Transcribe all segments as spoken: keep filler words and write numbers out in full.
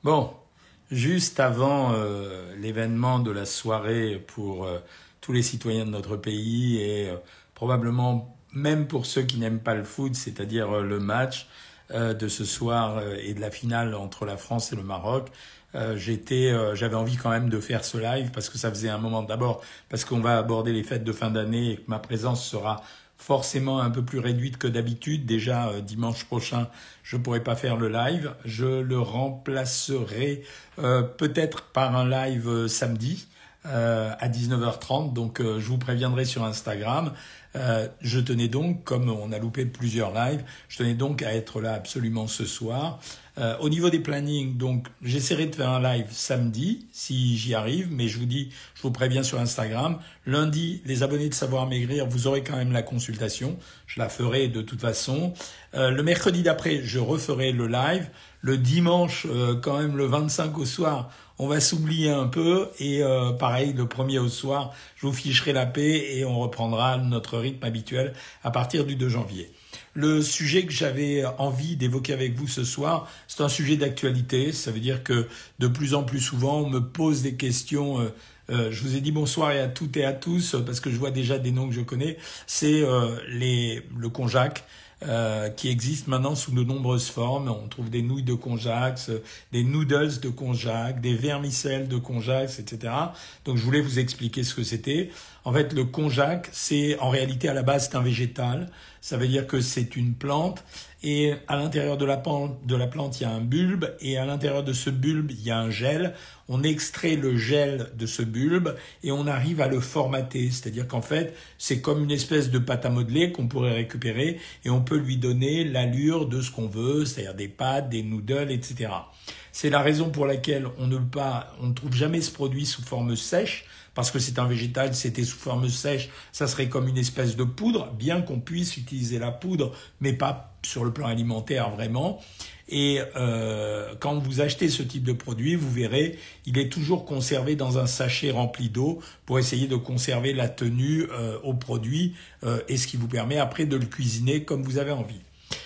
Bon, juste avant euh, l'événement de la soirée pour euh, tous les citoyens de notre pays et euh, probablement même pour ceux qui n'aiment pas le foot, c'est-à-dire euh, le match euh, de ce soir euh, et de la finale entre la France et le Maroc, euh, j'étais, euh, j'avais envie quand même de faire ce live parce que ça faisait un moment d'abord, parce qu'on va aborder les fêtes de fin d'année et que ma présence sera forcément un peu plus réduite que d'habitude. Déjà, euh, dimanche prochain, je ne pourrai pas faire le live. Je le remplacerai euh, peut-être par un live euh, samedi euh, à dix-neuf heures trente. Donc, euh, je vous préviendrai sur Instagram. Euh, je tenais donc, comme on a loupé plusieurs lives, je tenais donc à être là absolument ce soir. Euh, au niveau des plannings, donc j'essaierai de faire un live samedi si j'y arrive, mais je vous dis, je vous préviens sur Instagram. Lundi, les abonnés de Savoir Maigrir, vous aurez quand même la consultation. Je la ferai de toute façon. Euh, le mercredi d'après, je referai le live. Le dimanche, euh, quand même le vingt-cinq au soir, on va s'oublier un peu. Et euh, pareil, le premier au soir, je vous ficherai la paix et on reprendra notre rythme habituel à partir du deux janvier. Le sujet que j'avais envie d'évoquer avec vous ce soir, c'est un sujet d'actualité. Ça veut dire que de plus en plus souvent, on me pose des questions. Euh, euh, je vous ai dit bonsoir et à toutes et à tous, parce que je vois déjà des noms que je connais. C'est euh, les, le konjac. Euh, qui existe maintenant sous de nombreuses formes. On trouve des nouilles de konjac, des noodles de konjac, des vermicelles de konjac, et cetera. Donc je voulais vous expliquer ce que c'était. En fait, le konjac, c'est en réalité à la base c'est un végétal. Ça veut dire que c'est une plante et à l'intérieur de la plante, de la plante, il y a un bulbe et à l'intérieur de ce bulbe, il y a un gel. On extrait le gel de ce bulbe et on arrive à le formater. C'est-à-dire qu'en fait, c'est comme une espèce de pâte à modeler qu'on pourrait récupérer et on peut lui donner l'allure de ce qu'on veut, c'est-à-dire des pâtes, des noodles, et cetera. C'est la raison pour laquelle on ne pas, on ne trouve jamais ce produit sous forme sèche, parce que c'est un végétal, c'était sous forme sèche, ça serait comme une espèce de poudre, bien qu'on puisse utiliser la poudre, mais pas sur le plan alimentaire vraiment. Et euh, quand vous achetez ce type de produit, vous verrez, il est toujours conservé dans un sachet rempli d'eau pour essayer de conserver la tenue euh, au produit euh, et ce qui vous permet après de le cuisiner comme vous avez envie.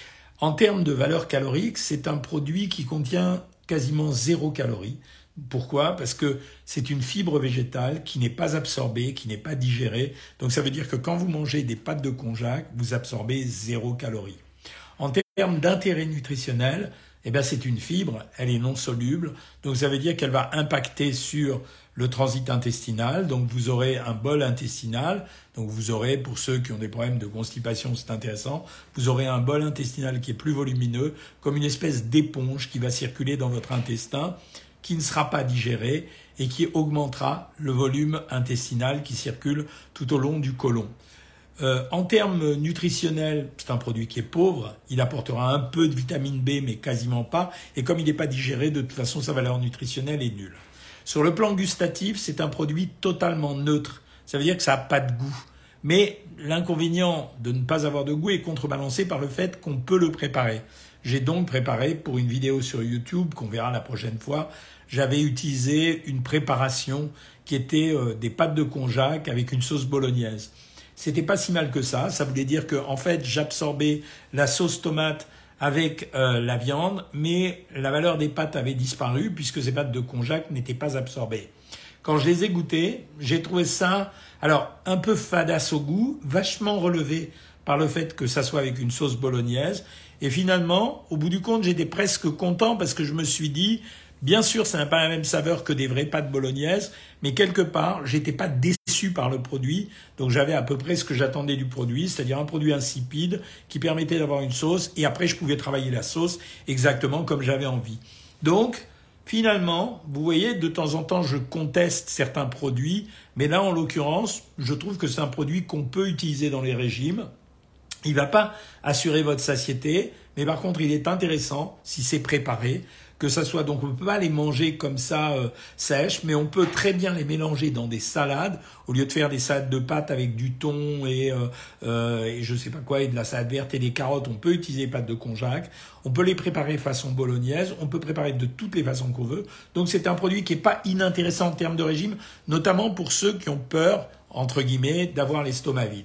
En termes de valeur calorique, c'est un produit qui contient quasiment zéro calorie. Pourquoi ? Parce que c'est une fibre végétale qui n'est pas absorbée, qui n'est pas digérée. Donc ça veut dire que quand vous mangez des pâtes de konjac, vous absorbez zéro calorie. En termes d'intérêt nutritionnel, eh bien c'est une fibre, elle est non soluble. Donc ça veut dire qu'elle va impacter sur le transit intestinal. Donc vous aurez un bol intestinal. Donc vous aurez, pour ceux qui ont des problèmes de constipation, c'est intéressant, vous aurez un bol intestinal qui est plus volumineux, comme une espèce d'éponge qui va circuler dans votre intestin, qui ne sera pas digéré et qui augmentera le volume intestinal qui circule tout au long du côlon. Euh, en termes nutritionnels, c'est un produit qui est pauvre, il apportera un peu de vitamine B mais quasiment pas, et comme il n'est pas digéré, de toute façon sa valeur nutritionnelle est nulle. Sur le plan gustatif, c'est un produit totalement neutre, ça veut dire que ça n'a pas de goût. Mais l'inconvénient de ne pas avoir de goût est contrebalancé par le fait qu'on peut le préparer. J'ai donc préparé pour une vidéo sur YouTube qu'on verra la prochaine fois, j'avais utilisé une préparation qui était euh, des pâtes de konjac avec une sauce bolognaise. C'était pas si mal que ça, ça voulait dire que en fait j'absorbais la sauce tomate avec euh, la viande, mais la valeur des pâtes avait disparu puisque ces pâtes de konjac n'étaient pas absorbées. Quand je les ai goûtées, j'ai trouvé ça, alors un peu fadasse au goût, vachement relevé par le fait que ça soit avec une sauce bolognaise. Et finalement, au bout du compte, j'étais presque content parce que je me suis dit, bien sûr, ça n'a pas la même saveur que des vraies pâtes bolognaises, mais quelque part, j'étais pas déçu par le produit. Donc j'avais à peu près ce que j'attendais du produit, c'est-à-dire un produit insipide qui permettait d'avoir une sauce et après je pouvais travailler la sauce exactement comme j'avais envie. Donc, finalement, vous voyez, de temps en temps, je conteste certains produits, mais là, en l'occurrence, je trouve que c'est un produit qu'on peut utiliser dans les régimes. Il ne va pas assurer votre satiété, mais par contre, il est intéressant si c'est préparé, que ça soit, donc on ne peut pas les manger comme ça euh, sèches, mais on peut très bien les mélanger dans des salades, au lieu de faire des salades de pâtes avec du thon et, euh, euh, et je sais pas quoi, et de la salade verte et des carottes, on peut utiliser les pâtes de konjac, on peut les préparer façon bolognaise, on peut préparer de toutes les façons qu'on veut, donc c'est un produit qui n'est pas inintéressant en termes de régime, notamment pour ceux qui ont peur, entre guillemets, d'avoir l'estomac vide.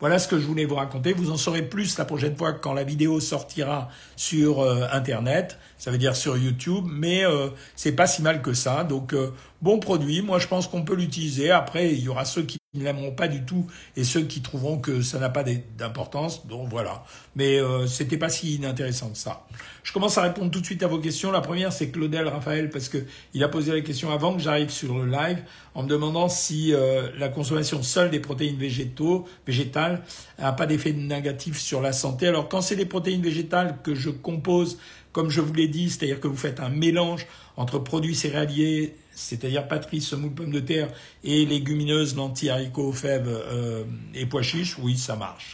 Voilà ce que je voulais vous raconter. Vous en saurez plus la prochaine fois quand la vidéo sortira sur euh, Internet, ça veut dire sur YouTube, mais euh, c'est pas si mal que ça. Donc euh, bon produit, moi je pense qu'on peut l'utiliser. Après, il y aura ceux qui ne l'aimeront pas du tout et ceux qui trouveront que ça n'a pas d'importance. Donc voilà. Mais euh, c'était pas si inintéressant que ça. Je commence à répondre tout de suite à vos questions. La première, c'est Claudel Raphaël, parce que il a posé la question avant que j'arrive sur le live, en me demandant si euh, la consommation seule des protéines végétaux, végétales n'a pas d'effet négatif sur la santé. Alors quand c'est des protéines végétales que je compose, comme je vous l'ai dit, c'est-à-dire que vous faites un mélange entre produits céréaliers, c'est-à-dire pâteries, semoule, pommes de terre, et légumineuses, lentilles, haricots, fèves euh, et pois chiches, oui, ça marche.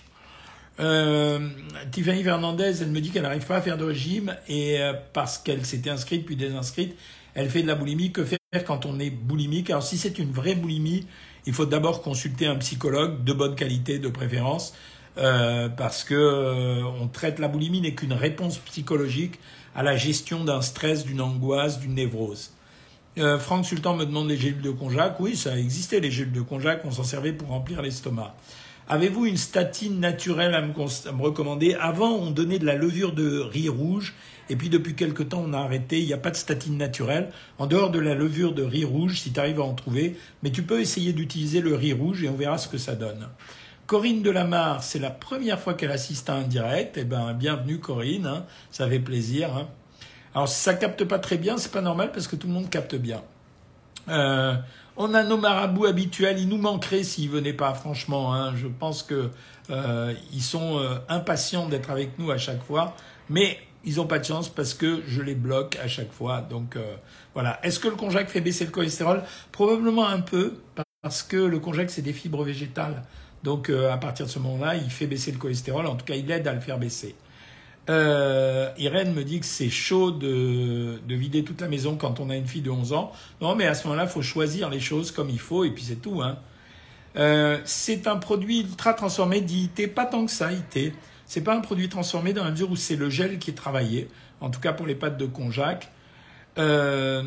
Euh, Tiffany Fernandez, elle me dit qu'elle n'arrive pas à faire de régime et euh, parce qu'elle s'était inscrite puis désinscrite, elle fait de la boulimie. Que faire quand on est boulimique? Alors si c'est une vraie boulimie, il faut d'abord consulter un psychologue de bonne qualité de préférence euh, parce que euh, on traite la boulimie n'est qu'une réponse psychologique à la gestion d'un stress, d'une angoisse, d'une névrose. Euh, Franck Sultan me demande les gélules de konjac. Oui, ça existait les gélules de konjac, on s'en servait pour remplir l'estomac. Avez-vous une statine naturelle à me, à me recommander? Avant, on donnait de la levure de riz rouge, et puis depuis quelque temps, on a arrêté. Il n'y a pas de statine naturelle, en dehors de la levure de riz rouge, si tu arrives à en trouver. Mais tu peux essayer d'utiliser le riz rouge, et on verra ce que ça donne. Corinne Delamarre, c'est la première fois qu'elle assiste à un direct. Eh ben, bienvenue Corinne, hein, ça fait plaisir. Hein. Alors, si ça capte pas très bien, c'est pas normal, parce que tout le monde capte bien. Euh, on a nos marabouts habituels, ils nous manqueraient s'ils venaient pas, franchement. Hein, je pense que euh, ils sont euh, impatients d'être avec nous à chaque fois, mais ils ont pas de chance parce que je les bloque à chaque fois. Donc euh, voilà. Est-ce que le konjac fait baisser le cholestérol? Probablement un peu, parce que le konjac c'est des fibres végétales. Donc euh, à partir de ce moment-là, il fait baisser le cholestérol. En tout cas, il aide à le faire baisser. Euh, Irène me dit que c'est chaud de, de vider toute la maison quand on a une fille de onze ans. Non, mais à ce moment-là, il faut choisir les choses comme il faut et puis c'est tout. Hein. Euh, c'est un produit ultra transformé dit I T, pas tant que ça I T. C'est pas un produit transformé dans la mesure où c'est le gel qui est travaillé, en tout cas pour les pâtes de konjac. Euh,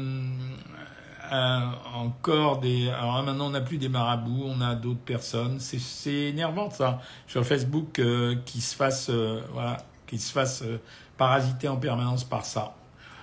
euh, encore des... Alors maintenant, on n'a plus des marabouts, on a d'autres personnes. C'est, c'est énervant ça, sur Facebook, euh, qui se fasse... Euh, voilà. Qu'ils se fassent euh, parasiter en permanence par ça.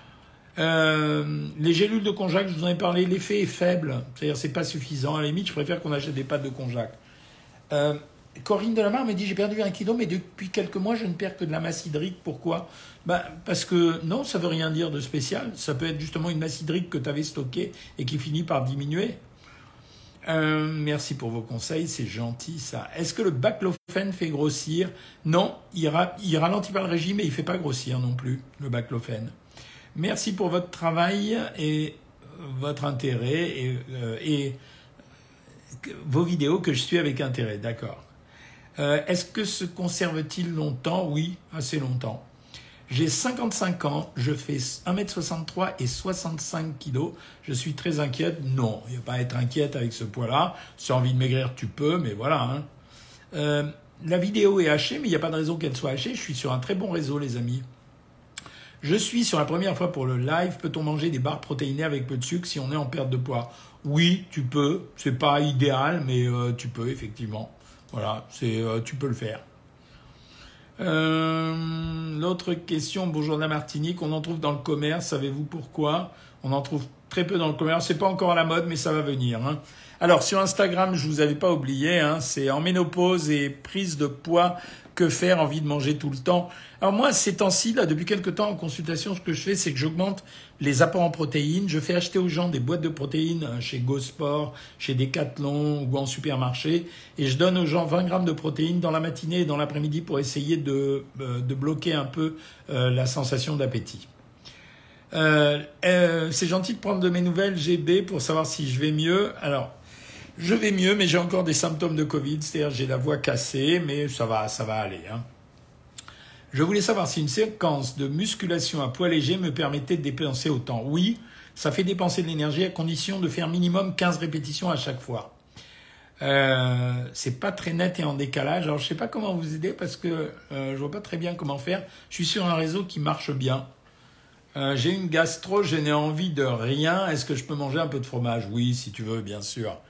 Euh, les gélules de konjac, je vous en ai parlé, l'effet est faible, c'est-à-dire c'est pas suffisant. À la limite, je préfère qu'on achète des pâtes de konjac. Euh, Corinne Delamarre me dit j'ai perdu un kilo, mais depuis quelques mois, je ne perds que de la masse hydrique. Pourquoi? Ben, parce que non, ça veut rien dire de spécial. Ça peut être justement une masse hydrique que tu avais stockée et qui finit par diminuer. Euh, merci pour vos conseils, c'est gentil ça. Est-ce que le baclofène fait grossir? Non, il, ra- il ralentit pas le régime et il fait pas grossir non plus, le baclofène. Merci pour votre travail et votre intérêt et, euh, et vos vidéos que je suis avec intérêt, d'accord. Euh, est-ce que se conserve-t-il longtemps? Oui, assez longtemps. J'ai cinquante-cinq ans, je fais un mètre soixante-trois et soixante-cinq kilos. Je suis très inquiète. Non, il n'y a pas à être inquiète avec ce poids-là. Si tu as envie de maigrir, tu peux, mais voilà. Hein. Euh, la vidéo est hachée, mais il n'y a pas de raison qu'elle soit hachée. Je suis sur un très bon réseau, les amis. Je suis sur la première fois pour le live. Peut-on manger des barres protéinées avec peu de sucre si on est en perte de poids? Oui, tu peux. C'est pas idéal, mais euh, tu peux, effectivement. Voilà, c'est, euh, tu peux le faire. Euh, l'autre question, bonjour de la Martinique, on en trouve dans le commerce, savez-vous pourquoi? On en trouve très peu dans le commerce, c'est pas encore à la mode, mais ça va venir. Hein. Alors sur Instagram, je vous avais pas oublié, hein, c'est en ménopause et prise de poids, que faire, envie de manger tout le temps. Alors moi, ces temps-ci, là, depuis quelques temps en consultation, ce que je fais, c'est que j'augmente les apports en protéines. Je fais acheter aux gens des boîtes de protéines chez GoSport, chez Decathlon ou en supermarché. Et je donne aux gens vingt grammes de protéines dans la matinée et dans l'après-midi pour essayer de, euh, de bloquer un peu euh, la sensation d'appétit. Euh, euh, c'est gentil de prendre de mes nouvelles, G B, pour savoir si je vais mieux. Alors, je vais mieux, mais j'ai encore des symptômes de Covid, c'est-à-dire j'ai la voix cassée, mais ça va, ça va aller. Hein. Je voulais savoir si une séquence de musculation à poids léger me permettait de dépenser autant. Oui, ça fait dépenser de l'énergie à condition de faire minimum quinze répétitions à chaque fois. Euh, c'est pas très net et en décalage. Alors je sais pas comment vous aider parce que euh, je vois pas très bien comment faire. Je suis sur un réseau qui marche bien. Euh, j'ai une gastro, je n'ai envie de rien. Est-ce que je peux manger un peu de fromage? Oui, si tu veux, bien sûr.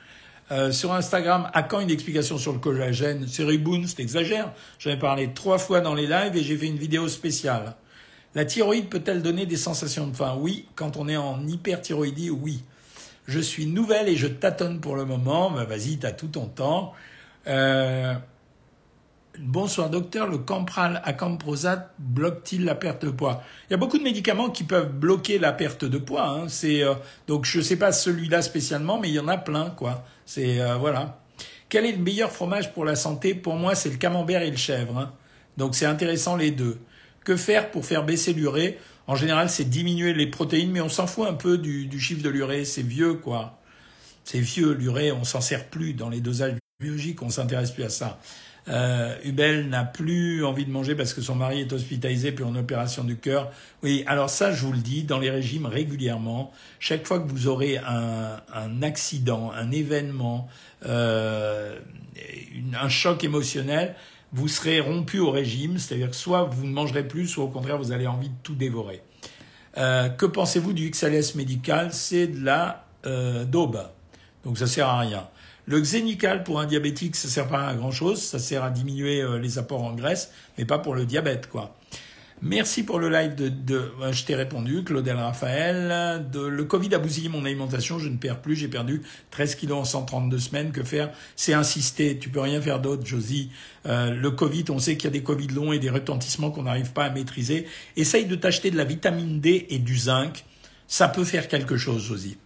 Euh, sur Instagram, à quand une explication sur le collagène? C'est Riboun, c'est exagère. J'en ai parlé trois fois dans les lives et j'ai fait une vidéo spéciale. La thyroïde peut-elle donner des sensations de faim? Oui. Quand on est en hyperthyroïdie, oui. Je suis nouvelle et je tâtonne pour le moment. Bah, vas-y, t'as tout ton temps. Euh... Bonsoir docteur, le Campral Acamprosate bloque-t-il la perte de poids? Il y a beaucoup de médicaments qui peuvent bloquer la perte de poids. Hein. C'est euh, donc je sais pas celui-là spécialement, mais il y en a plein quoi. C'est euh, voilà. Quel est le meilleur fromage pour la santé? Pour moi, c'est le camembert et le chèvre. Hein. Donc c'est intéressant les deux. Que faire pour faire baisser l'urée? En général, c'est diminuer les protéines, mais on s'en fout un peu du, du chiffre de l'urée. C'est vieux quoi. C'est vieux l'urée, on s'en sert plus dans les dosages biologiques, on s'intéresse plus à ça. Euh, Hubel n'a plus envie de manger parce que son mari est hospitalisé pour une opération du cœur. Oui, alors ça, je vous le dis, dans les régimes régulièrement, chaque fois que vous aurez un, un accident, un événement, euh, une, un choc émotionnel, vous serez rompu au régime, c'est-à-dire que soit vous ne mangerez plus, soit au contraire, vous allez envie de tout dévorer. Euh, que pensez-vous du X L S médical? C'est de la euh, daube, donc ça sert à rien. Le Xénical, pour un diabétique, ça sert pas à grand-chose. Ça sert à diminuer euh, les apports en graisse, mais pas pour le diabète, quoi. Merci pour le live de... de je t'ai répondu, Claudel Raphaël. De, le Covid a bousillé mon alimentation, je ne perds plus. J'ai perdu treize kilos en cent trente-deux semaines. Que faire? C'est insister. Tu peux rien faire d'autre, Josie. Euh, le Covid, on sait qu'il y a des Covid longs et des retentissements qu'on n'arrive pas à maîtriser. Essaye de t'acheter de la vitamine D et du zinc. Ça peut faire quelque chose, Josie.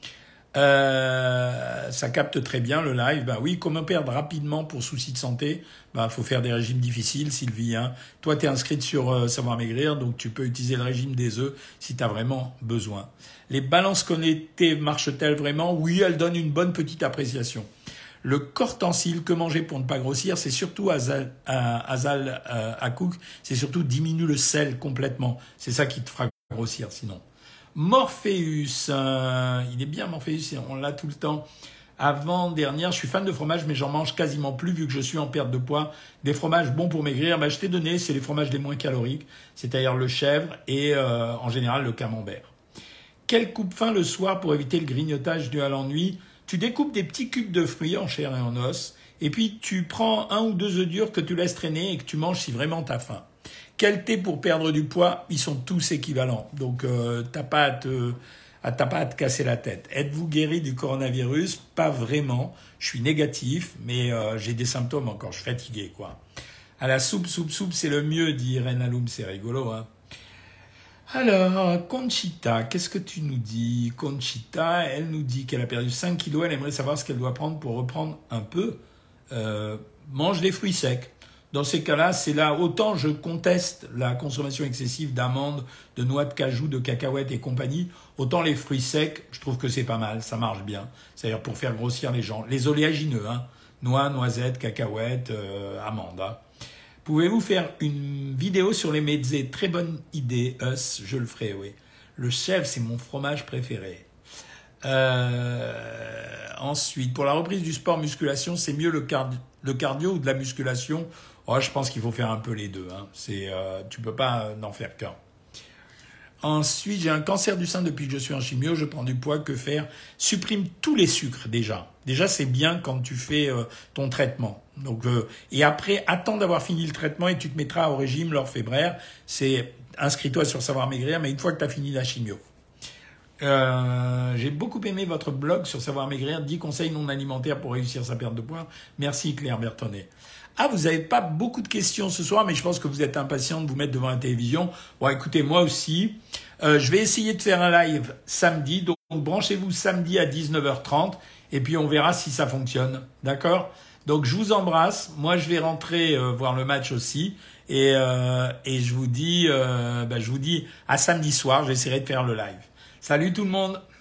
Euh, ça capte très bien le live. Ben oui, comment perdre rapidement pour soucis de santé? Ben faut faire des régimes difficiles, Sylvie. Hein. Toi, t'es inscrite sur euh, Savoir Maigrir, donc tu peux utiliser le régime des œufs si t'as vraiment besoin. Les balances connectées marchent-elles vraiment? Oui, elles donnent une bonne petite appréciation. Le cortensil, que manger pour ne pas grossir? C'est surtout Azal, Azal euh, Hakouk, c'est surtout diminuer le sel complètement. C'est ça qui te fera grossir sinon. Morpheus, euh, il est bien Morpheus, on l'a tout le temps. Avant-dernière, je suis fan de fromage, mais j'en mange quasiment plus vu que je suis en perte de poids. Des fromages bons pour maigrir, ben, je t'ai donné, c'est les fromages les moins caloriques, c'est-à-dire le chèvre et euh, en général le camembert. Quelle coupe-faim le soir pour éviter le grignotage dû à l'ennui? Tu découpes des petits cubes de fruits en chair et en os, et puis tu prends un ou deux œufs durs que tu laisses traîner et que tu manges si vraiment t'as faim. Quel thé pour perdre du poids? Ils sont tous équivalents. Donc, euh, t'as pas à te, t'as pas à te casser la tête. Êtes-vous guéri du coronavirus? Pas vraiment. Je suis négatif, mais euh, j'ai des symptômes encore. Je suis fatigué, quoi. À la soupe, soupe, soupe, c'est le mieux, dit Irène Aloum. C'est rigolo, hein. Alors, Conchita, qu'est-ce que tu nous dis? Conchita, elle nous dit qu'elle a perdu cinq kilos. Elle aimerait savoir ce qu'elle doit prendre pour reprendre un peu. Euh, mange des fruits secs. Dans ces cas-là, c'est là, autant je conteste la consommation excessive d'amandes, de noix de cajou, de cacahuètes et compagnie, autant les fruits secs, je trouve que c'est pas mal, ça marche bien. C'est-à-dire pour faire grossir les gens. Les oléagineux, hein, noix, noisettes, cacahuètes, euh, amandes. Hein. Pouvez-vous faire une vidéo sur les mezzés? Très bonne idée, Us, je le ferai, oui. Le chèvre, c'est mon fromage préféré. Euh, ensuite, pour la reprise du sport musculation, c'est mieux le, cardio, le cardio ou de la musculation? Oh, je pense qu'il faut faire un peu les deux. Hein. C'est, euh, tu peux pas euh, n'en faire qu'un. Ensuite, j'ai un cancer du sein depuis que je suis en chimio. Je prends du poids. Que faire? Supprime tous les sucres déjà. Déjà, c'est bien quand tu fais euh, ton traitement. Donc, euh, et après, attends d'avoir fini le traitement et tu te mettras au régime l'orfébraire. C'est inscris-toi sur Savoir Maigrir, mais une fois que tu as fini la chimio. Euh, j'ai beaucoup aimé votre blog sur Savoir Maigrir, dix conseils non alimentaires pour réussir sa perte de poids. Merci Claire Bertonnet. Ah, vous n'avez pas beaucoup de questions ce soir, mais je pense que vous êtes impatient de vous mettre devant la télévision. Bon, écoutez, moi aussi. Euh, je vais essayer de faire un live samedi. Donc, branchez-vous samedi à dix-neuf heures trente et puis on verra si ça fonctionne. D'accord? Donc, je vous embrasse. Moi, je vais rentrer euh, voir le match aussi. Et, euh, et je vous dis, euh, bah, je vous dis à samedi soir, j'essaierai de faire le live. Salut tout le monde!